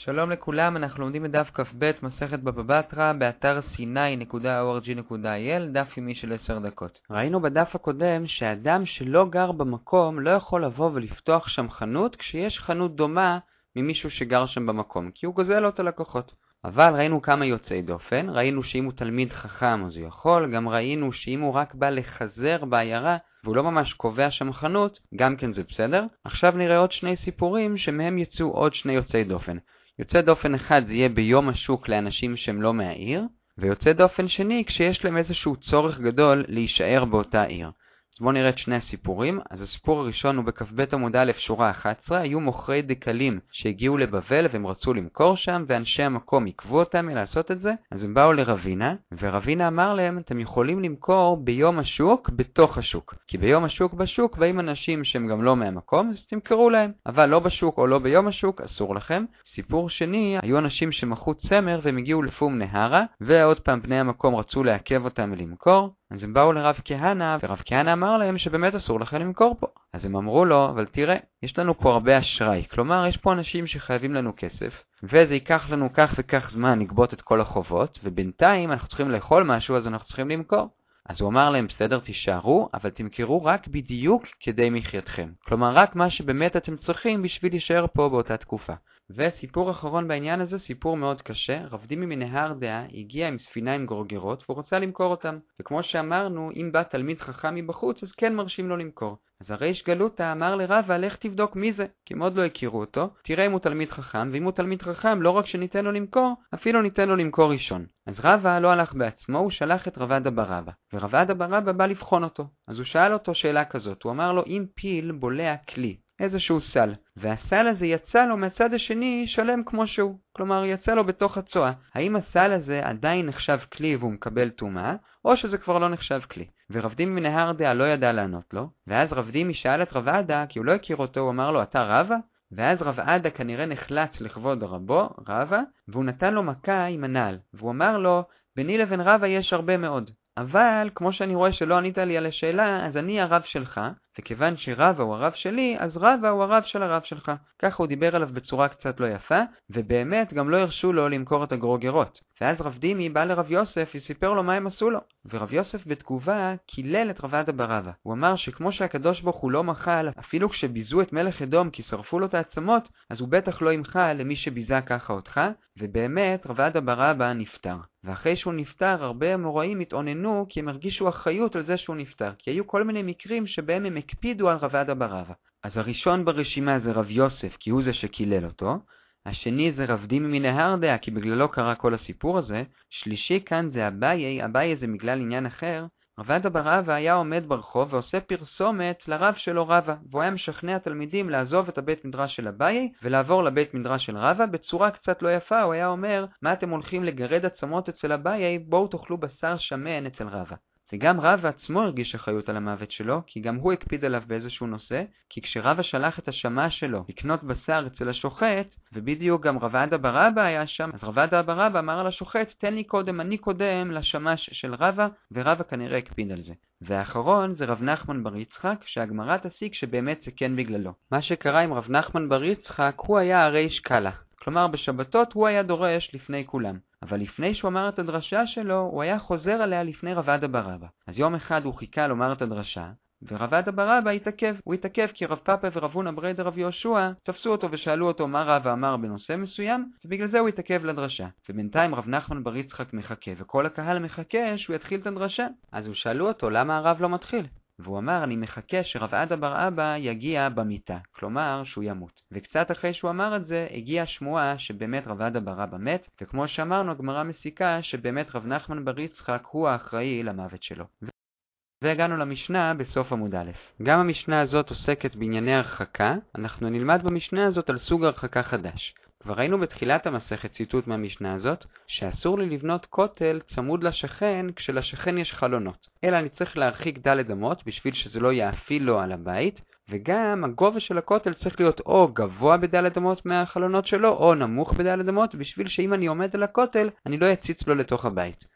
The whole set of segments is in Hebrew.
שלום לכולם, אנחנו לומדים בדף כ"ב מסכת בבא בתרא באתר sinai.org.il, דף יומי של 10 דקות. ראינו בדף הקודם שאדם שלא גר במקום לא יכול לבוא ולפתוח שם חנות כשיש חנות דומה ממישהו שגר שם במקום, כי הוא גוזל לו את הלקוחות. אבל ראינו כמה יוצאי דופן, ראינו שאם הוא תלמיד חכם אז הוא יכול, גם ראינו שאם הוא רק בא לחזר בעיירה והוא לא ממש קובע שם חנות, גם כן זה בסדר. עכשיו נראה עוד שני סיפורים שמהם יצאו עוד שני יוצאי דופן. יוצא דופן אחד זה יהיה ביום השוק לאנשים שהם לא מהעיר, ויוצא דופן שני כשיש להם איזשהו צורך גדול להישאר באותה עיר. אז בואו נראה את שני הסיפורים. אז הסיפור הראשון הוא בכ"ב עמוד א' שורה 11, היו מוכרי דקלים שהגיעו לבבל והם רצו למכור שם, ואנשי המקום עיכבו אותם מלעשות את זה. אז הם באו לרבינה, ורבינה אמר להם, אתם יכולים למכור ביום השוק בתוך השוק, כי ביום השוק בשוק באים אנשים שהם גם לא מהמקום, אז תמכרו להם, אבל לא בשוק או לא ביום השוק אסור לכם. סיפור שני, היו אנשים שמכרו צמר והם הגיעו לפום נהרה, ועוד פעם בני המקום רצו לעכב אותם ולמכור. אז הם באו לרב כהנא, ורב כהנא אמר להם שבאמת אסור לכם למכור פה. אז הם אמרו לו, אבל תראה, יש לנו פה הרבה אשראי, כלומר יש פה אנשים שחייבים לנו כסף, וזה ייקח לנו כך וכך זמן לגבות את כל החובות, ובינתיים אנחנו צריכים לאכול משהו, אז אנחנו צריכים למכור. אז הוא אמר להם, בסדר, תישארו, אבל תמכרו רק בדיוק כדי מחייתכם. כלומר, רק מה שבאמת אתם צריכים בשביל להישאר פה באותה תקופה. וסיפור אחרון בעניין הזה, סיפור מאוד קשה. רב דימי מנהרדעא הגיע עם ספינה עם גרוגרות והוא רוצה למכור אותם. וכמו שאמרנו, אם בא תלמיד חכם מבחוץ, אז כן מרשים לו למכור. אז הריש גלותא אמר לרבא, לך תבדוק מי זה, כי הם עוד לא הכירו אותו, תראה אם הוא תלמיד חכם, ואם הוא תלמיד חכם, לא רק שניתן לו למכור, אפילו ניתן לו למכור ראשון. אז רבא לא הלך בעצמו, הוא שלח את רב אדא בר אבא, ורב אדא בר אבא בא לבחון אותו. אז הוא שאל אותו שאלה כזאת, הוא אמר לו, אם פיל בולע כלי, איזשהו סל, והסל הזה יצא לו מהצד השני שלם כמו שהוא, כלומר יצא לו בתוך הצואה, האם הסל הזה עדיין נחשב כלי והוא מקבל טומאה, או שזה כבר לא נחשב כלי? ורב דימי מנהרדעא לא ידע לענות לו, ואז רב דימי שאל את רב אדא, כי הוא לא הכיר אותו, הוא אמר לו, אתה רבא? ואז רב אדא כנראה נחלץ לכבוד רבו, רבא, והוא נתן לו מכה עם הנעל, והוא אמר לו, ביני לבין רבא יש הרבה מאוד, אבל כמו שאני רואה שלא ענית לי על השאלה, אז אני הרב שלך, וכיוון שרבא הוא הרב שלי, אז רבא הוא הרב של הרב שלך. ככה הוא דיבר עליו בצורה קצת לא יפה, ובאמת גם לא הרשו לו למכור את הגרוגרות. ואז רב דימי בא לרב יוסף וסיפר לו מה הם עשו לו. ורב יוסף בתגובה קילל את רב אדא בר אבא. הוא אמר שכמו שהקדוש ברוך הוא לא מחל, אפילו כשביזו את מלך אדום כי שרפו לו את העצמות, אז הוא בטח לא ימחל למי שביזה ככה אותך, ובאמת רב אדא בר אבא נפטר. ואחרי שהוא נפטר, הרבה אמוראים התעוננו כי הם הרגישו אחריות על זה שהוא נפטר, כי היו כל מיני מקרים שבהם הם הקפידו על רב אדא בר אבא. אז הראשון ברשימה זה רב יוסף, כי הוא זה שקילל אותו. השני זה רב דימי מנהרדעא, כי בגללו קרה כל הסיפור הזה. שלישי כאן זה אביי, אביי זה בגלל עניין אחר. רב אדא בר אבא היה עומד ברחוב ועושה פרסומת לרב שלו רבא, והוא היה משכנע תלמידים לעזוב את הבית מדרש של אביי ולעבור לבית מדרש של רבא בצורה קצת לא יפה. הוא היה אומר, מה אתם הולכים לגרד עצמות אצל אביי, בואו תאכלו בשר שמן אצל רבא. וגם רבא עצמו הרגיש אחריות על המוות שלו, כי גם הוא הקפיד עליו באיזשהו נושא, כי כשרבא שלח את השמש שלו לקנות בשר אצל השוחט, ובדיוק גם רב אדא בר אבא היה שם, אז רב אדא בר אבא אמר לשוחט, תן לי קודם, אני קודם לשמש של רבא, ורבא כנראה הקפיד על זה. והאחרון זה רב נחמן בר יצחק, שהגמרא תסיק שבאמת זה כן בגללו. מה שקרה עם רב נחמן בר יצחק, הוא היה הריש קלה. כלומר בשבתות הוא היה דורש לפני כולם. אבל לפני שהוא אמר את הדרשה שלו, הוא היה חוזר עליה לפני רב אדא בר אבא. אז יום אחד הוא חיכה לומר את הדרשה, ורב אדא בר אבא התעכב. הוא התעכב כי רב פאפא ורב הונא ברי דרב יהושע תפסו אותו ושאלו אותו מה רבא אמר בנושא מסוים, ובגלל זה הוא התעכב לדרשה. ובינתיים רב נחמן בר יצחק מחכה, וכל הקהל מחכה שהוא יתחיל את הדרשה. אז הוא שאלו אותו למה הרב לא מתחיל? והוא אמר, אני מחכה שרב אדא בר אבא יגיע במיטה, כלומר שהוא ימות. וקצת אחרי שהוא אמר את זה, הגיעה שמועה שבאמת רב אדא בר אבא מת, וכמו שאמרנו, הגמרא מסיקה שבאמת רב נחמן בר יצחק הוא האחראי למוות שלו. והגענו למשנה בסוף עמוד א'. גם המשנה הזאת עוסקת בענייני הרחקה. אנחנו נלמד במשנה הזאת על סוג הרחקה חדש. כבר ראינו בתחילת המסכת ציטוט מהמשנה הזאת, שאסור לי לבנות כותל צמוד לשכן כשלשכן יש חלונות. אלא אני צריך להרחיק ד' אמות בשביל שזה לא יאפיל לו על הבית, וגם הגובה של הכותל צריך להיות או גבוה בד' אמות מהחלונות שלו, או נמוך בד' אמות, בשביל שאם אני עומד על הכותל, אני לא יציץ לו לתוך הבית.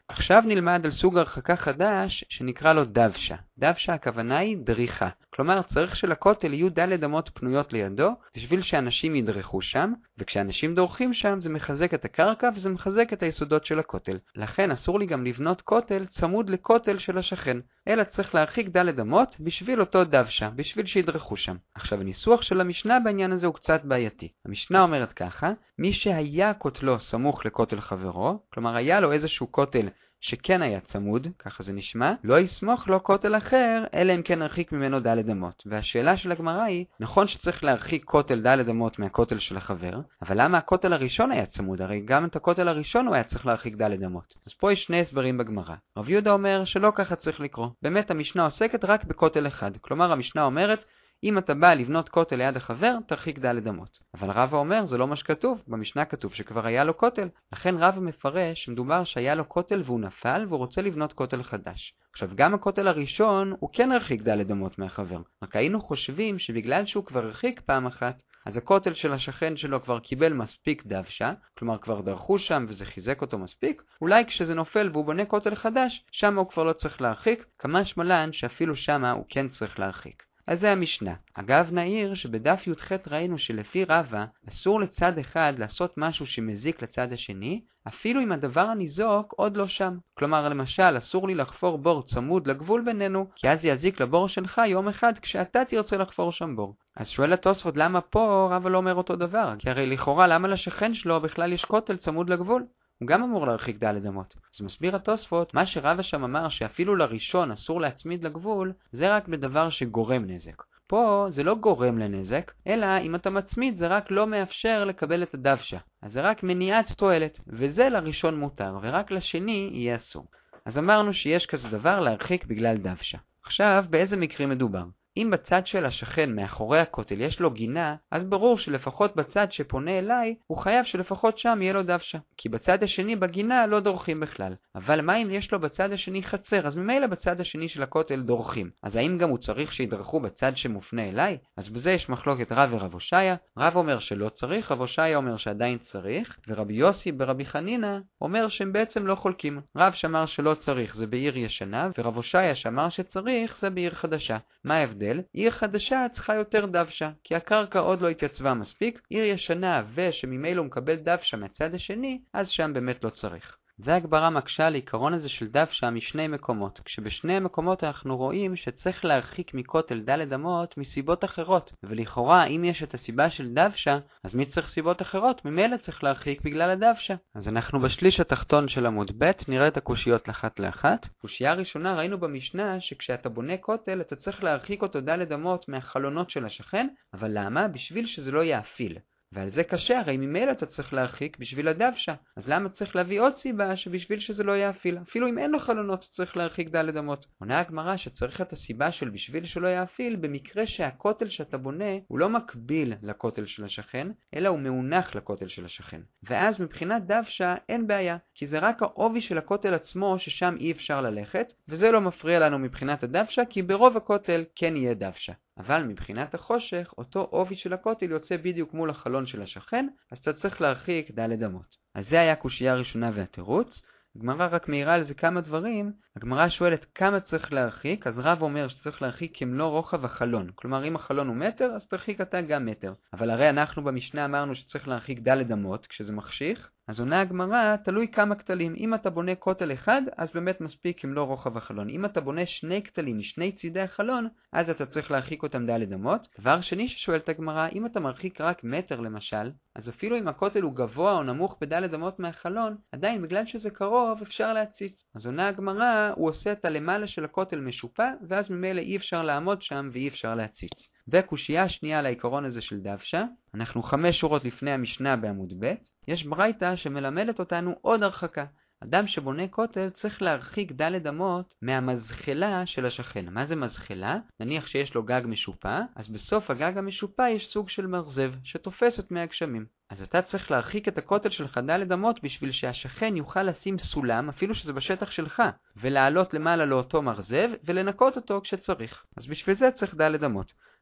עכשיו נלמד על סוג הרחקה חדש שנקרא לו דוושה. דוושה הכוונה היא דריכה. כלומר צריך שלכותל יהיו ד' אמות פנויות לידו בשביל שאנשים ידרכו שם, וכשאנשים דורכים שם זה מחזק את הקרקע וזה מחזק את היסודות של הכותל. לכן אסור לי גם לבנות כותל צמוד לכותל של השכן, אלא צריך להרחיק ד' אמות בשביל אותו דוושה, בשביל שידרכו שם. עכשיו הניסוח של המשנה בעניין הזה הוא קצת בעייתי. המשנה אומרת ככה: מי שהיה כותלו סמוך לכותל חברו, כלומר היה לו איזשהו כותל שכן היה צמוד, ככה זה נשמע, לא יסמוך לו כותל אחר, אלא אם כן הרחיק ממנו ד' אמות. והשאלה של הגמרא היא, נכון שצריך להרחיק כותל ד' אמות מהכותל של החבר, אבל למה הכותל הראשון היה צמוד? הרי גם את הכותל הראשון הוא היה צריך להרחיק ד' אמות. אז פה יש שני הסברים בגמרא. רב יהודה אומר שלא ככה צריך לקרוא. באמת המשנה עוסקת רק בכותל אחד. כלומר המשנה אומרת, אם אתה בא לבנות כותל ליד החבר, תרחיק ד' אמות. אבל רבא אומר, זה לא מה שכתוב. במשנה כתוב שכבר היה לו כותל. לכן רבא מפרש שמדובר שהיה לו כותל והוא נפל והוא רוצה לבנות כותל חדש. עכשיו גם הכותל הראשון הוא כן הרחיק ד' אמות מהחבר. רק היינו חושבים שבגלל שהוא כבר הרחיק פעם אחת, אז הכותל של השכן שלו כבר קיבל מספיק דוושה, כלומר כבר דרכו שם וזה חיזק אותו מספיק, אולי כשזה נופל והוא בונה כותל חדש, שם הוא כבר לא צריך להרחיק, כמשמע לן שאפילו שם הוא כן צריך להרחיק. אז זה המשנה. אגב נעיר שבדף י"ח ראינו שלפי רבא אסור לצד אחד לעשות משהו שמזיק לצד השני, אפילו אם הדבר הניזוק עוד לא שם. כלומר למשל אסור לי לחפור בור צמוד לגבול בינינו, כי אז יזיק לבור שלך יום אחד כשאתה תרצה לחפור שם בור. אז שואל התוספות למה פה רבא לא אומר אותו דבר, כי הרי לכאורה למה לשכן שלו בכלל יש כותל צמוד לגבול? הוא גם אמור להרחיק ד' אמות. אז מסביר התוספות, מה שרבא שם אמר שאפילו לראשון אסור להצמיד לגבול, זה רק בדבר שגורם נזק. פה זה לא גורם לנזק, אלא אם אתה מצמיד זה רק לא מאפשר לקבל את הדוושה. אז זה רק מניעת תועלת, וזה לראשון מותר, ורק לשני יהיה אסור. אז אמרנו שיש כזה דבר להרחיק בגלל דוושה. עכשיו, באיזה מקרים מדובר? אם בצד של השכן מאחורי הכותל יש לו גינה, אז ברור שלפחות בצד שפונה אליי, הוא חייב שלפחות שם יהיה לו דוושה. כי בצד השני בגינה לא דורכים בכלל. אבל מה אם יש לו בצד השני חצר? אז ממילא בצד השני של הכותל דורכים. אז האם גם הוא צריך שידרכו בצד שמופנה אליי? אז בזה יש מחלוקת רב ורב הושעיה. רב אומר שלא צריך, רב הושעיה אומר שעדיין צריך, ורבי יוסי ברבי חנינא אומר שהם בעצם לא חולקים. רב שאמר שלא צריך זה בעיר ישנה, ורב הושעיה שאמר שצריך זה בעיר חדשה. מה ההבדל? עיר חדשה צריכה יותר דוושה, כי הקרקע עוד לא התייצבה מספיק. עיר ישנה ושממילא הוא מקבל דוושה מהצד השני, אז שם באמת לא צריך. והגברה מקשה לעיקרון הזה של דוושה משני מקומות, כשבשני מקומות אנחנו רואים שצריך להרחיק מכותל ד' אמות מסיבות אחרות, ולכאורה אם יש את הסיבה של דוושה, אז מי צריך סיבות אחרות? ממילא צריך להרחיק בגלל הדוושה. אז אנחנו בשליש התחתון של עמוד ב', נראה את הקושיות לאחת לאחת. קושייה ראשונה ראינו במשנה שכשאתה בונה כותל אתה צריך להרחיק אותו ד' אמות מהחלונות של השכן, אבל למה? בשביל שזה לא יאפיל. ועל זה קשה, הרי ממילא אתה צריך להרחיק בשביל הדוושה. אז למה צריך להביא עוד סיבה שבשביל שזה לא יאפיל? אפילו אם אין לו חלונות צריך להרחיק ד' אמות. עונה הגמרא שצריך את הסיבה של בשביל שלא יאפיל במקרה שהכותל שאתה בונה הוא לא מקביל לכותל של השכן, אלא הוא מאונח לכותל של השכן. ואז מבחינת דוושה אין בעיה, כי זה רק העובי של הכותל עצמו ששם אי אפשר ללכת, וזה לא מפריע לנו מבחינת הדוושה, כי ברוב הכותל כן יהיה דוושה. אבל מבחינת החושך, אותו עובי של הכותל יוצא בדיוק מול החלון של השכן, אז אתה צריך להרחיק ד' אמות. אז זה היה קושייה הראשונה והתירוץ. הגמרא רק מעירה על זה כמה דברים. הגמרא שואלת כמה צריך להרחיק, אז רב אומר שצריך להרחיק כמלוא רוחב החלון. כלומר אם החלון הוא מטר, אז תרחיק אתה גם מטר. אבל הרי אנחנו במשנה אמרנו שצריך להרחיק ד' אמות כשזה מחשיך. אז עונה הגמרא, תלוי כמה כתלים. אם אתה בונה כותל אחד, אז באמת מספיק כמלוא רוחב החלון. אם אתה בונה שני כתלים משני צידי החלון, אז אתה צריך להרחיק אותם ד' אמות. דבר שני ששואלת הגמרא, אם אתה מרחיק רק מטר למשל, אז אפילו אם הכותל הוא גבוה או נמוך בד' אמות מהחלון, עדיין בגלל שזה קרוב אפשר להציץ. אז עונה הגמרא, הוא עושה את הלמעלה של הכותל משופע, ואז ממילא אי אפשר לעמוד שם ואי אפשר להציץ. וקושייה השנייה על העיקרון הזה של דוושה, אנחנו 5 שורות לפני המשנה בעמוד ב', יש ברייתא שמלמדת אותנו עוד הרחקה. אדם שבונה כותל צריך להרחיק ד' אמות מהמזחלה של השכן. מה זה מזחלה? נניח שיש לו גג משופע, אז בסוף הגג המשופע יש סוג של מרזב שתופס את מי הגשמים. אז אתה צריך להרחיק את הכותל שלך ד' אמות בשביל שהשכן יוכל לשים סולם, אפילו שזה בשטח שלך, ולעלות למעלה לאותו מרזב ולנקות אותו כשצריך. אז בשביל זה צריך ד' אמות.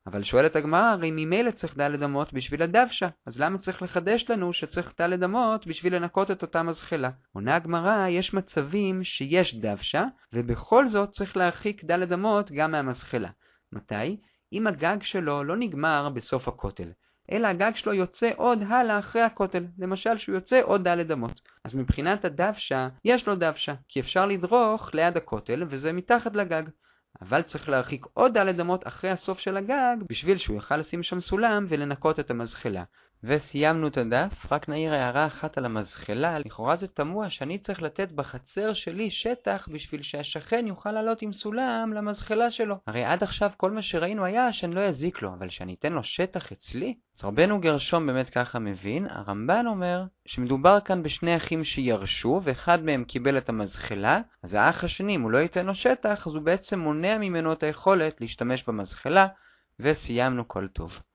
אבל שואלת הגמרא, הרי ממילא צריך ד' אמות בשביל הדוושה, אז למה צריך לחדש לנו שצריך ד' אמות בשביל לנקות את אותה מזחלה? עונה הגמרא, יש מצבים שיש דוושה, ובכל זאת צריך להרחיק ד' אמות גם מהמזחלה. מתי? אם הגג שלו לא נגמר בסוף הכותל, אלא הגג שלו יוצא עוד הלאה אחרי הכותל, למשל שהוא יוצא עוד ד' אמות. אז מבחינת הדוושה, יש לו דוושה, כי אפשר לדרוך ליד הכותל וזה מתחת לגג. אבל צריך להרחיק עוד ד' אמות אחרי הסוף של הגג, בשביל שהוא יוכל לשים שם סולם ולנקות את המזחלה. וסיימנו את הדף, רק נעיר הערה אחת על המזחלה. לכאורה זה תמוה שאני צריך לתת בחצר שלי שטח בשביל שהשכן יוכל לעלות עם סולם למזחלה שלו. הרי עד עכשיו כל מה שראינו היה שאני לא יזיק לו, אבל שאני אתן לו שטח אצלי? אז רבנו גרשום באמת ככה מבין. הרמב"ן אומר שמדובר כאן בשני אחים שירשו, ואחד מהם קיבל את המזחלה, אז האח השני, אם הוא לא ייתן לו שטח, אז הוא בעצם מונע ממנו את היכולת להשתמש במזחלה, וסיימנו כל טוב.